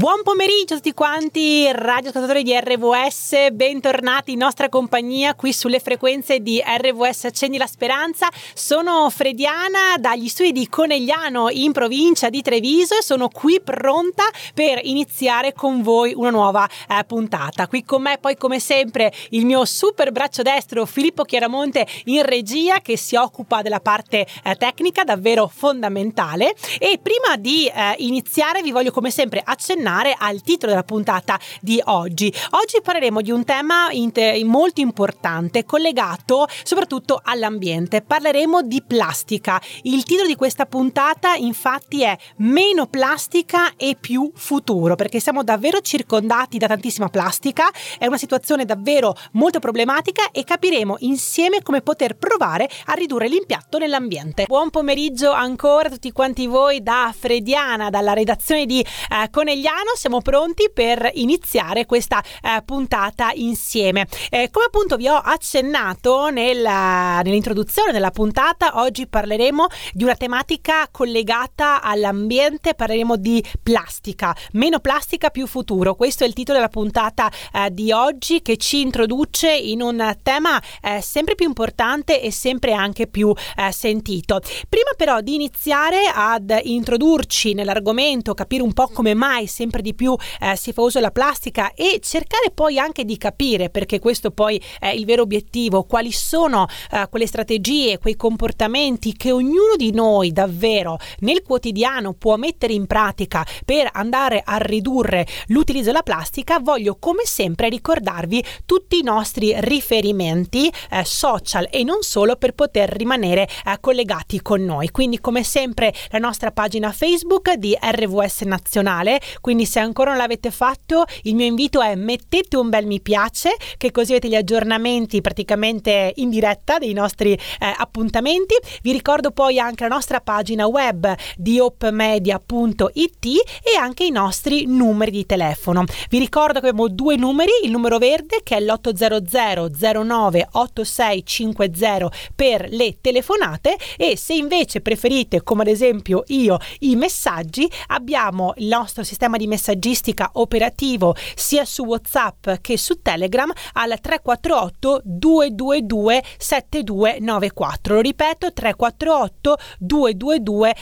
Buon pomeriggio a tutti quanti, radioascoltatori di RVS, bentornati in nostra compagnia qui sulle frequenze di RVS Accendi la Speranza. Sono Frediana dagli studi di Conegliano in provincia di Treviso e sono qui pronta per iniziare con voi una nuova puntata. Qui con me poi come sempre il mio super braccio destro Filippo Chiaramonte in regia, che si occupa della parte tecnica davvero fondamentale. E prima di iniziare vi voglio come sempre accennare al titolo della puntata di oggi. Oggi parleremo di un tema molto importante collegato soprattutto all'ambiente. Parleremo di plastica. Il titolo di questa puntata infatti è Meno plastica e più futuro, perché siamo davvero circondati da tantissima plastica. È una situazione davvero molto problematica e capiremo insieme come poter provare a ridurre l'impatto nell'ambiente. Buon pomeriggio ancora a tutti quanti voi da Frediana, dalla redazione di Conegliano. Siamo pronti per iniziare questa puntata insieme. Come appunto vi ho accennato nell'introduzione della puntata, oggi parleremo di una tematica collegata all'ambiente, parleremo di plastica. Meno plastica, più futuro. Questo è il titolo della puntata di oggi, che ci introduce in un tema sempre più importante e sempre anche più sentito. Prima però di iniziare ad introdurci nell'argomento, capire un po' come mai sempre di più si fa uso della plastica e cercare poi anche di capire, perché questo poi è il vero obiettivo, quali sono quelle strategie, quei comportamenti che ognuno di noi davvero nel quotidiano può mettere in pratica per andare a ridurre l'utilizzo della plastica. Voglio come sempre ricordarvi tutti i nostri riferimenti social e non solo, per poter rimanere collegati con noi. Quindi come sempre la nostra pagina Facebook di RVS Nazionale, quindi se ancora non l'avete fatto il mio invito è: mettete un bel mi piace, che così avete gli aggiornamenti praticamente in diretta dei nostri appuntamenti. Vi ricordo poi anche la nostra pagina web di opmedia.it e anche i nostri numeri di telefono. Vi ricordo che abbiamo due numeri: il numero verde, che è l'800 09 8650 per le telefonate, e se invece preferite, come ad esempio io, i messaggi, abbiamo il nostro sistema di messaggistica operativo sia su WhatsApp che su Telegram al 348 222 7294. Lo ripeto, 348 222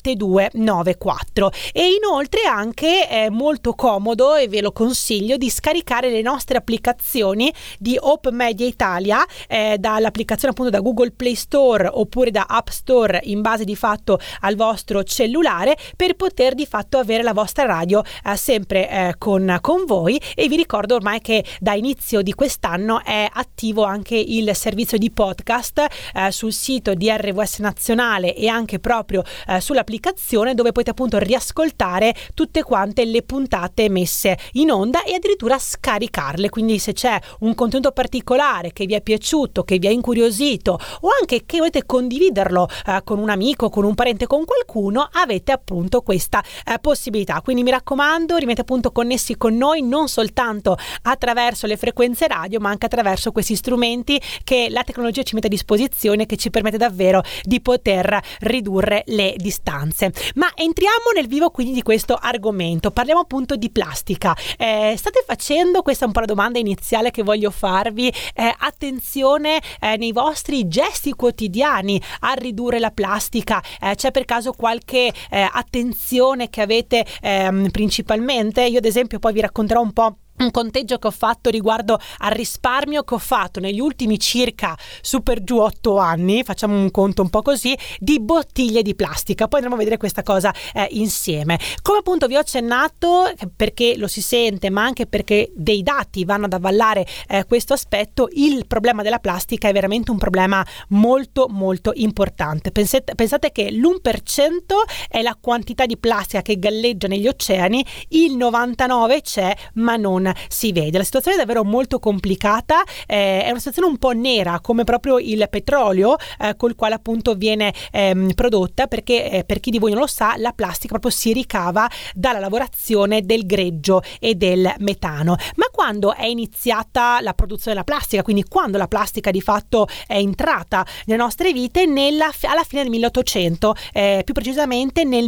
7294. E inoltre anche è molto comodo, e ve lo consiglio, di scaricare le nostre applicazioni di Op Media Italia dall'applicazione appunto da Google Play Store oppure da App Store, in base di fatto al vostro cellulare, per poter di fatto avere la vostra radio sempre con voi. E vi ricordo ormai che da inizio di quest'anno è attivo anche il servizio di podcast sul sito di RVS Nazionale e anche proprio sull'applicazione, dove potete appunto riascoltare tutte quante le puntate messe in onda e addirittura scaricarle. Quindi se c'è un contenuto particolare che vi è piaciuto, che vi ha incuriosito, o anche che volete condividerlo con un amico, con un parente, con qualcuno, avete appunto questa possibilità. Quindi mi raccomando, rimanete appunto connessi con noi, non soltanto attraverso le frequenze radio, ma anche attraverso questi strumenti che la tecnologia ci mette a disposizione, che ci permette davvero di poter ridurre le distanze. Ma entriamo nel vivo quindi di questo argomento. Parliamo appunto di plastica. State facendo, questa è un po' la domanda iniziale che voglio farvi, attenzione nei vostri gesti quotidiani a ridurre la plastica? C'è per caso qualche attenzione che avete principalmente? Io ad esempio poi vi racconterò un po' un conteggio che ho fatto riguardo al risparmio che ho fatto negli ultimi circa su per giù 8 anni, facciamo un conto un po' così, di bottiglie di plastica. Poi andremo a vedere questa cosa insieme. Come appunto vi ho accennato, perché lo si sente, ma anche perché dei dati vanno ad avvallare questo aspetto, il problema della plastica è veramente un problema molto molto importante. Pensate che l'1% è la quantità di plastica che galleggia negli oceani, il 99% c'è ma non si vede. La situazione è davvero molto complicata, è una situazione un po' nera, come proprio il petrolio col quale appunto viene prodotta, perché per chi di voi non lo sa, la plastica proprio si ricava dalla lavorazione del greggio e del metano. Ma quando è iniziata la produzione della plastica, quindi quando la plastica di fatto è entrata nelle nostre vite alla fine del 1800, più precisamente nel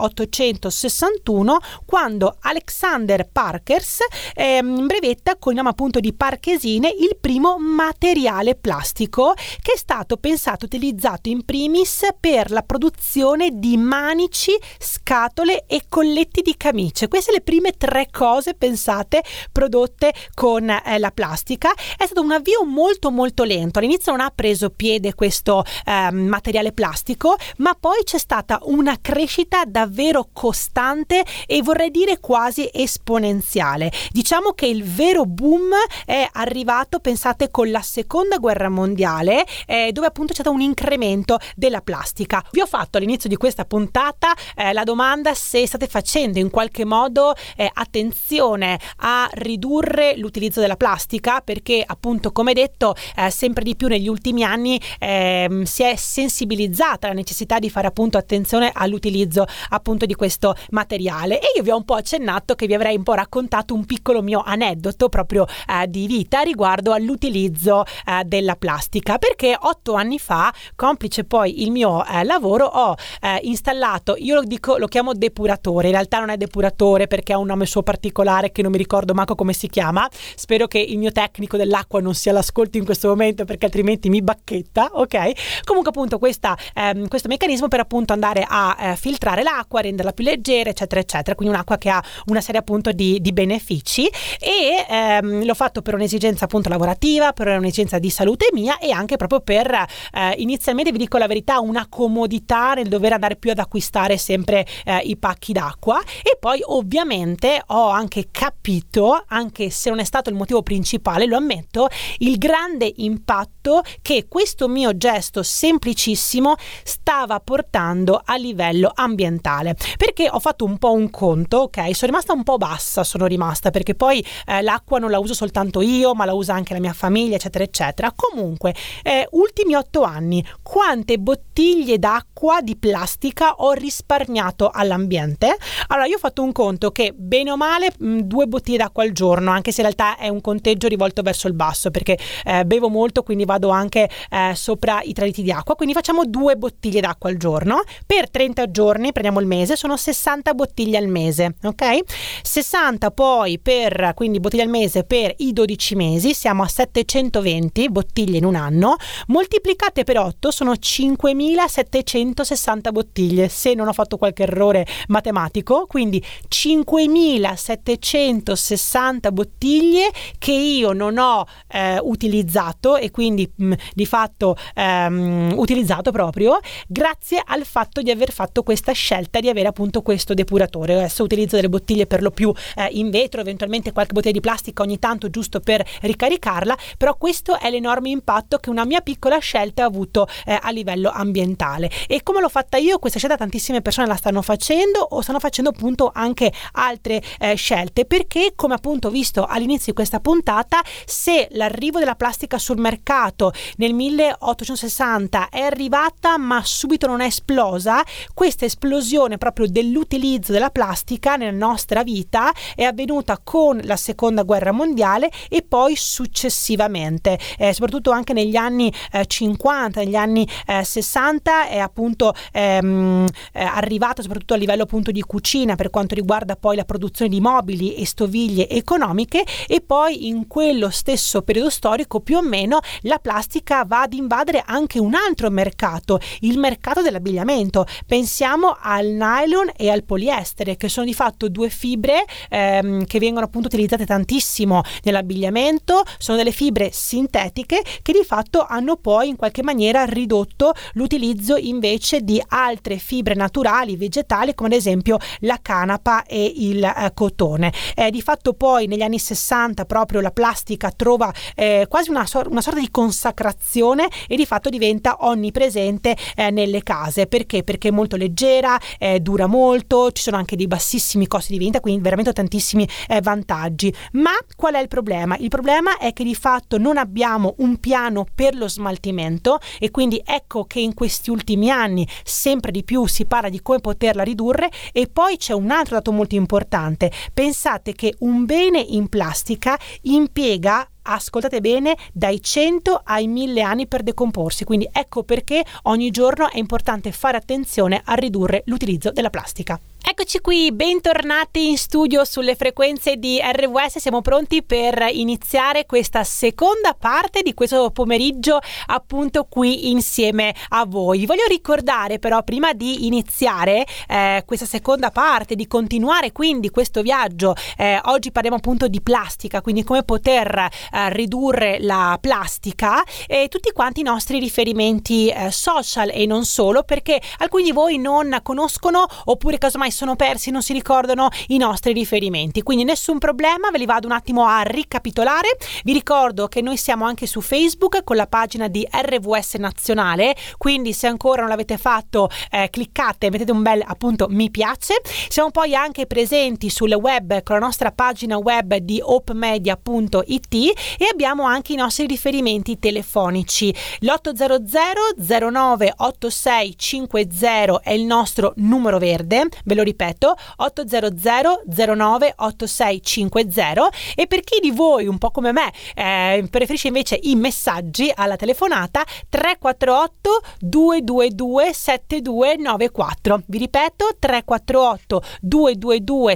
1861, quando Alexander Parkers brevetta con il nome appunto di parchesine il primo materiale plastico che è stato pensato e utilizzato in primis per la produzione di manici, scatole e colletti di camicie. Queste le prime 3 cose pensate prodotte con la plastica. È stato un avvio molto molto lento. All'inizio non ha preso piede questo materiale plastico, ma poi c'è stata una crescita davvero costante e vorrei dire quasi esponenziale. Diciamo che il vero boom è arrivato, pensate, con la seconda guerra mondiale, dove appunto c'è stato un incremento della plastica. Vi ho fatto all'inizio di questa puntata la domanda se state facendo in qualche modo attenzione a ridurre l'utilizzo della plastica, perché appunto, come detto, sempre di più negli ultimi anni si è sensibilizzata la necessità di fare appunto attenzione all'utilizzo appunto di questo materiale. E io vi ho un po' accennato che vi avrei un po' raccontato un piccolo mio aneddoto proprio di vita riguardo all'utilizzo della plastica, perché 8 anni fa, complice poi il mio lavoro, ho installato, io lo chiamo depuratore, in realtà non è depuratore perché ha un nome suo particolare che non mi ricordo manco come si chiama. Spero che il mio tecnico dell'acqua non sia all'ascolto in questo momento, perché altrimenti mi bacchetta, ok? Comunque appunto questo meccanismo per appunto andare a filtrare l'acqua, renderla più leggera, eccetera eccetera, quindi un'acqua che ha una serie appunto di benefici, e l'ho fatto per un'esigenza appunto lavorativa, per un'esigenza di salute mia, e anche proprio per inizialmente, vi dico la verità, una comodità nel dover andare più ad acquistare sempre i pacchi d'acqua. E poi ovviamente ho anche capito, anche se non è stato il motivo principale, lo ammetto, il grande impatto che questo mio gesto semplicissimo stava portando a livello ambientale, perché ho fatto un po' un conto, ok? Sono rimasta perché poi l'acqua non la uso soltanto io, ma la usa anche la mia famiglia, eccetera eccetera. Comunque ultimi 8 anni, quante bottiglie d'acqua di plastica ho risparmiato all'ambiente? Allora, io ho fatto un conto che bene o male 2 bottiglie d'acqua al giorno, anche se in realtà è un conteggio rivolto verso il basso, perché bevo molto, quindi vado anche sopra i 3 litri di acqua, quindi facciamo 2 bottiglie d'acqua al giorno per 30 giorni, prendiamo il mese, sono 60 bottiglie al mese, ok? 60 poi quindi bottiglie al mese per i 12 mesi, siamo a 720 bottiglie in un anno, moltiplicate per 8 sono 5.760 bottiglie, se non ho fatto qualche errore matematico, quindi 5.760 bottiglie che io non ho utilizzato, e quindi di fatto utilizzato proprio grazie al fatto di aver fatto questa scelta di avere appunto questo depuratore. Adesso utilizzo delle bottiglie per lo più in vetro, eventualmente qualche bottiglia di plastica ogni tanto giusto per ricaricarla, però questo è l'enorme impatto che una mia piccola scelta ha avuto a livello ambientale. E come l'ho fatta io, questa scelta tantissime persone la stanno facendo, o stanno facendo appunto anche altre scelte, perché come appunto visto all'inizio di questa puntata, se l'arrivo della plastica sul mercato nel 1860 è arrivata ma subito non è esplosa, questa esplosione proprio dell'utilizzo della plastica nella nostra vita è avvenuta con la seconda guerra mondiale e poi successivamente, soprattutto anche negli anni 50, negli anni 60 è appunto arrivata soprattutto a livello appunto di cucina, per quanto riguarda poi la produzione di mobili e stoviglie economiche, e poi in quello stesso periodo storico più o meno la plastica va ad invadere anche un altro mercato, il mercato dell'abbigliamento. Pensiamo al nylon e al poliestere, che sono di fatto 2 fibre che vengono appunto utilizzate tantissimo nell'abbigliamento, sono delle fibre sintetiche che di fatto hanno poi in qualche maniera ridotto l'utilizzo invece di altre fibre naturali, vegetali, come ad esempio la canapa e il cotone. Di fatto poi negli anni 60 proprio la plastica trova quasi una sorta di consacrazione e di fatto diventa onnipresente nelle case. Perché? Perché è molto leggera, dura molto, ci sono anche dei bassissimi costi di vendita, quindi veramente tantissimi vantaggi. Ma qual è il problema? Il problema è che di fatto non abbiamo un piano per lo smaltimento, e quindi ecco che in questi ultimi anni sempre di più si parla di come poterla ridurre. E poi c'è un altro dato molto importante: pensate che un bene in plastica impiega, ascoltate bene, dai 100 ai 1000 anni per decomporsi, quindi ecco perché ogni giorno è importante fare attenzione a ridurre l'utilizzo della plastica. Eccoci qui, bentornati in studio sulle frequenze di RWS, siamo pronti per iniziare questa seconda parte di questo pomeriggio appunto qui insieme a voi. Vi voglio ricordare però, prima di iniziare questa seconda parte, di continuare quindi questo viaggio, oggi parliamo appunto di plastica, quindi come poter ridurre la plastica, e tutti quanti i nostri riferimenti social e non solo, perché alcuni di voi non conoscono oppure casomai sono persi, non si ricordano i nostri riferimenti, quindi nessun problema, ve li vado un attimo a ricapitolare. Vi ricordo che noi siamo anche su Facebook con la pagina di RWS Nazionale, quindi se ancora non l'avete fatto cliccate, mettete un bel appunto mi piace. Siamo poi anche presenti sul web con la nostra pagina web di opemedia.it e abbiamo anche i nostri riferimenti telefonici. L'800 09 8650 è il nostro numero verde, ve lo ripeto, 800 09 8650, e per chi di voi un po' come me preferisce invece i messaggi alla telefonata, 348 222 7294. Vi ripeto, 348 222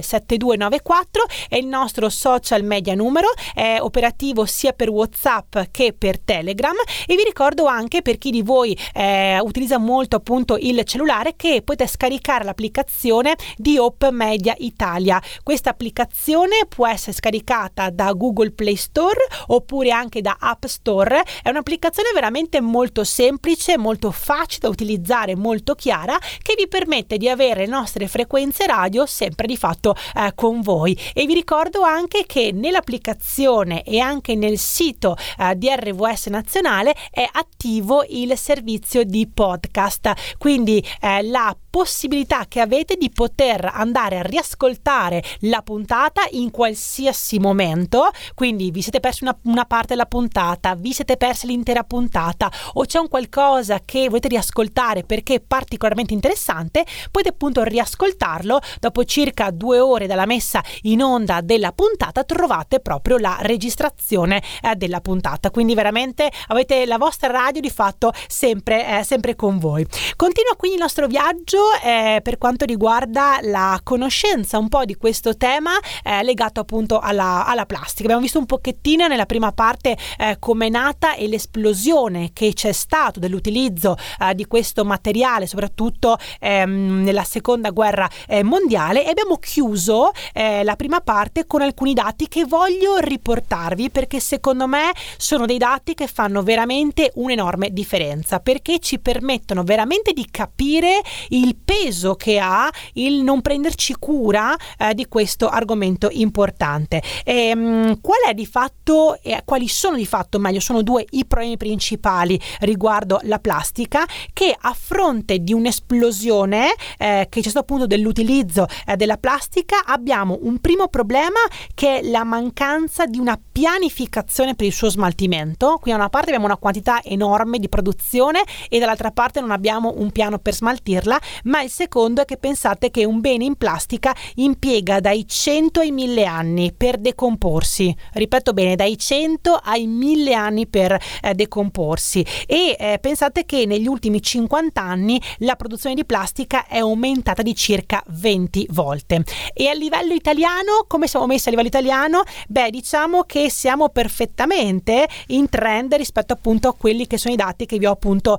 7294 è il nostro social media numero, è operativo sia per WhatsApp che per Telegram. E vi ricordo anche, per chi di voi utilizza molto appunto il cellulare, che potete scaricare l'applicazione di Op Media Italia. Questa applicazione può essere scaricata da Google Play Store oppure anche da App Store. È un'applicazione veramente molto semplice, molto facile da utilizzare, molto chiara, che vi permette di avere le nostre frequenze radio sempre di fatto con voi. E vi ricordo anche che nell'applicazione e anche nel sito di RWS Nazionale è attivo il servizio di podcast, quindi la possibilità che avete di poter andare a riascoltare la puntata in qualsiasi momento. Quindi vi siete persi una parte della puntata, vi siete persi l'intera puntata, o c'è un qualcosa che volete riascoltare perché è particolarmente interessante, potete appunto riascoltarlo. Dopo circa 2 ore dalla messa in onda della puntata trovate proprio la registrazione della puntata, quindi veramente avete la vostra radio di fatto sempre con voi. Continua quindi il nostro viaggio per quanto riguarda la conoscenza un po' di questo tema legato appunto alla plastica. Abbiamo visto un pochettino nella prima parte come è nata e l'esplosione che c'è stato dell'utilizzo di questo materiale, soprattutto nella seconda guerra mondiale, e abbiamo chiuso la prima parte con alcuni dati che voglio riportarvi, perché secondo me sono dei dati che fanno veramente un'enorme differenza, perché ci permettono veramente di capire il peso che ha il non prenderci cura di questo argomento importante. Qual è di fatto, quali sono di fatto, meglio, sono 2 i problemi principali riguardo la plastica, che a fronte di un'esplosione che c'è stato appunto dell'utilizzo della plastica, abbiamo un primo problema che è la mancanza di una pianificazione per il suo smaltimento. Qui da una parte abbiamo una quantità enorme di produzione e dall'altra parte non abbiamo un piano per smaltirla. Ma il secondo è che pensate che un bene in plastica impiega dai 100 ai 1000 anni per decomporsi. Ripeto bene, dai 100 ai 1000 anni per decomporsi. E pensate che negli ultimi 50 anni la produzione di plastica è aumentata di circa 20 volte. E a livello italiano, come siamo messi a livello italiano? Beh, diciamo che siamo perfettamente in trend rispetto appunto a quelli che sono i dati che vi ho appunto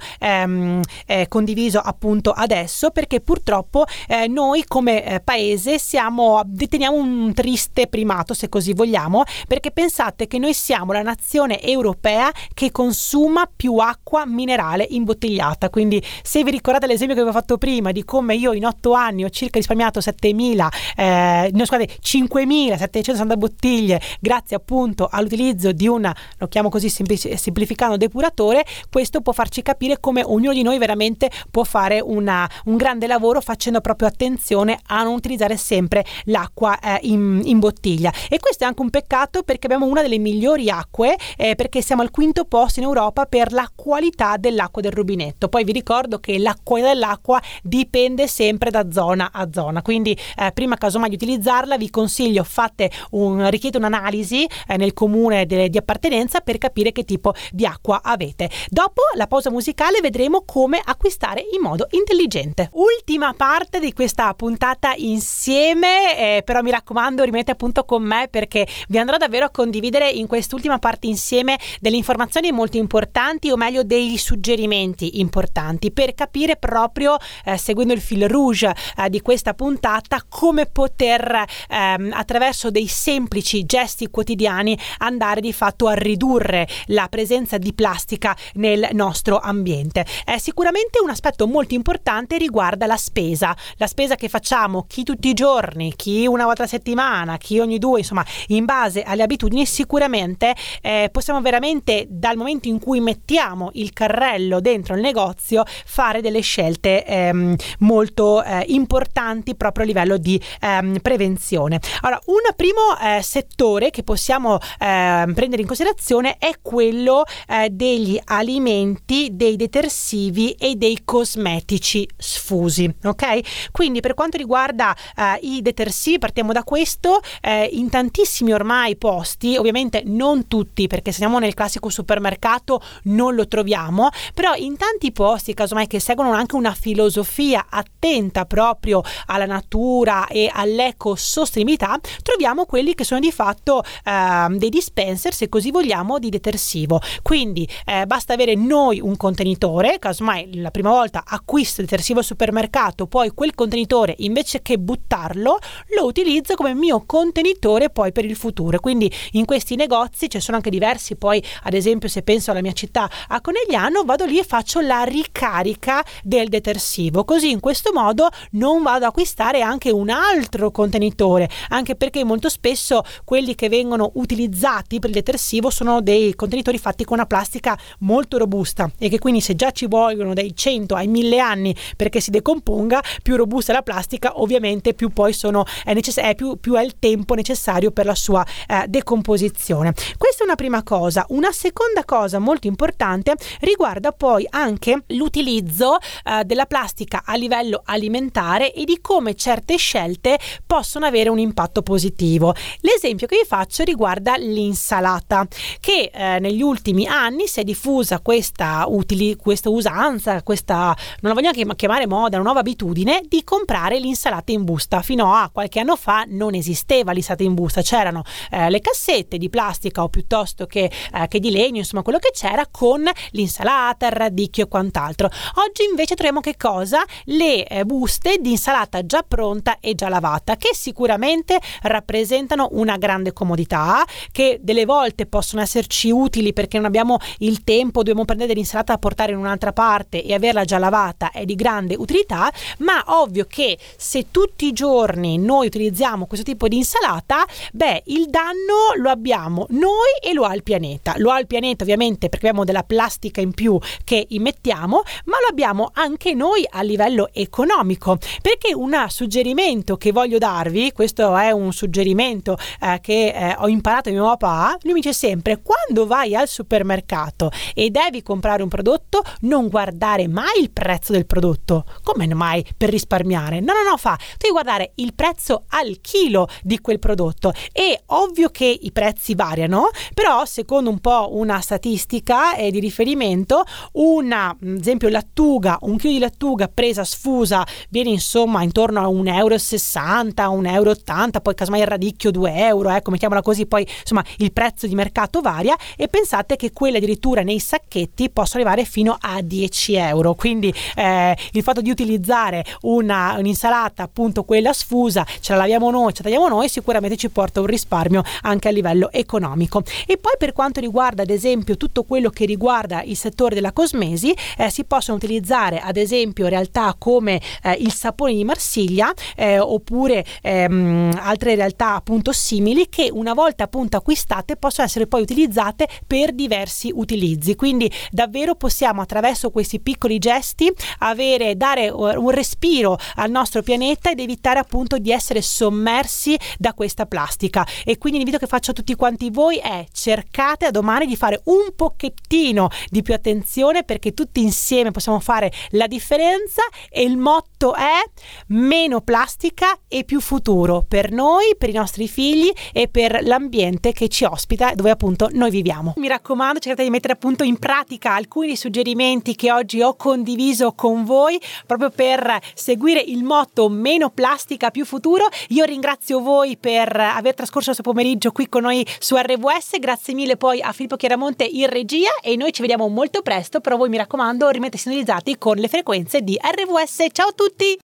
condiviso appunto adesso, perché purtroppo noi come paese deteniamo un triste primato, se così vogliamo, perché pensate che noi siamo la nazione europea che consuma più acqua minerale imbottigliata. Quindi se vi ricordate l'esempio che avevo fatto prima di come io in 8 anni ho circa risparmiato 5.760 bottiglie grazie appunto all'utilizzo l'utilizzo di lo chiamo così semplificando, depuratore, questo può farci capire come ognuno di noi veramente può fare un grande lavoro facendo proprio attenzione a non utilizzare sempre l'acqua in bottiglia. E questo è anche un peccato, perché abbiamo una delle migliori acque, perché siamo al 5° posto in Europa per la qualità dell'acqua del rubinetto. Poi vi ricordo che la qualità dell'acqua dipende sempre da zona a zona, quindi prima casomai di utilizzarla vi consiglio richiede un'analisi nel comune di appartenenza per capire che tipo di acqua avete. Dopo la pausa musicale vedremo come acquistare in modo intelligente. Ultima parte di questa puntata insieme, però mi raccomando rimanete appunto con me, perché vi andrò davvero a condividere in quest'ultima parte insieme delle informazioni molto importanti, o meglio dei suggerimenti importanti, per capire proprio seguendo il fil rouge di questa puntata come poter attraverso dei semplici gesti quotidiani andare di fatto a ridurre la presenza di plastica nel nostro ambiente. Sicuramente un aspetto molto importante riguarda la spesa che facciamo, chi tutti i giorni, chi una volta a settimana, chi ogni 2, insomma in base alle abitudini. Sicuramente possiamo veramente, dal momento in cui mettiamo il carrello dentro il negozio, fare delle scelte molto importanti proprio a livello di prevenzione. Allora, un primo settore che possiamo prendere in considerazione è quello degli alimenti, dei detersivi e dei cosmetici sfusi, ok? Quindi per quanto riguarda i detersivi, partiamo da questo. In tantissimi ormai posti, ovviamente non tutti, perché se andiamo nel classico supermercato non lo troviamo, però in tanti posti, casomai che seguono anche una filosofia attenta proprio alla natura e all'ecosostenibilità, troviamo quelli che sono di fatto dei dispenser, se così vogliamo, di detersivo. Quindi basta avere noi un contenitore, casomai la prima volta acquisto detersivo al supermercato, poi quel contenitore invece che buttarlo lo utilizzo come mio contenitore poi per il futuro. Quindi in questi negozi ci sono anche diversi, poi ad esempio se penso alla mia città, a Conegliano, vado lì e faccio la ricarica del detersivo, così in questo modo non vado ad acquistare anche un altro contenitore, anche perché molto spesso quelli che vengono utilizzati per il detersivo sono dei contenitori fatti con una plastica molto robusta, e che quindi se già ci vogliono dai 100 ai 1000 anni perché si decomponga, più robusta è la plastica, ovviamente più poi più è il tempo necessario per la sua decomposizione. Questa è una prima cosa. Una seconda cosa molto importante riguarda poi anche l'utilizzo della plastica a livello alimentare e di come certe scelte possono avere un impatto positivo. L'esempio che vi faccio riguarda l'insalata, che negli ultimi anni si è diffusa questa usanza, non la voglio neanche chiamare moda, una nuova abitudine di comprare l'insalata in busta. Fino a qualche anno fa non esisteva l'insalata in busta, c'erano le cassette di plastica o piuttosto che di legno, insomma quello che c'era, con l'insalata, il radicchio e quant'altro. Oggi invece troviamo che cosa? Le buste di insalata già pronta e già lavata, che sicuramente rappresentano una grande comodità, che delle volte possono esserci utili perché non abbiamo il tempo, dobbiamo prendere dell'insalata da portare in un'altra parte, e averla già lavata è di grande utilità. Ma ovvio che se tutti i giorni noi utilizziamo questo tipo di insalata, il danno lo abbiamo noi e lo ha il pianeta. Lo ha il pianeta ovviamente perché abbiamo della plastica in più che immettiamo, ma lo abbiamo anche noi a livello economico, perché un suggerimento che voglio darvi, questo è un suggerimento che ho imparato da mio papà. Lui mi dice sempre: quando vai al supermercato e devi comprare un prodotto, non guardare mai il prezzo del prodotto. Come mai? Per risparmiare? No, tu devi guardare il prezzo al chilo di quel prodotto. È ovvio che i prezzi variano, però secondo un po' una statistica di riferimento, ad esempio lattuga, un chilo di lattuga presa sfusa viene insomma intorno a €1,60, €1,80, poi casomai il radicchio €2, mettiamola così, poi insomma il prezzo di mercato varia, e pensate che quelle addirittura nei sacchetti possono arrivare fino a €10. Quindi il fatto di utilizzare un'insalata, appunto quella sfusa, ce la laviamo noi, ce la tagliamo noi, sicuramente ci porta un risparmio anche a livello economico. E poi per quanto riguarda ad esempio tutto quello che riguarda il settore della cosmesi, si possono utilizzare ad esempio realtà come il sapone di Marsiglia, oppure altre realtà appunto simili, che una volta appunto acquistate acquistate possono essere poi utilizzate per diversi utilizzi. Quindi davvero possiamo, attraverso questi piccoli gesti, dare un respiro al nostro pianeta ed evitare appunto di essere sommersi da questa plastica. E quindi l'invito che faccio a tutti quanti voi è: cercate da domani di fare un pochettino di più attenzione, perché tutti insieme possiamo fare la differenza, e il motto è meno plastica e più futuro per noi, per i nostri figli e per l'ambiente che ci ospita, dove appunto noi viviamo. Mi raccomando, cercate di mettere appunto in pratica alcuni suggerimenti che oggi ho condiviso con voi, proprio per seguire il motto meno plastica più futuro. Io ringrazio voi per aver trascorso questo pomeriggio qui con noi su RWS, grazie mille poi a Filippo Chiaramonte in regia, e noi ci vediamo molto presto, però voi mi raccomando rimanete sintonizzati con le frequenze di RWS. Ciao a tutti!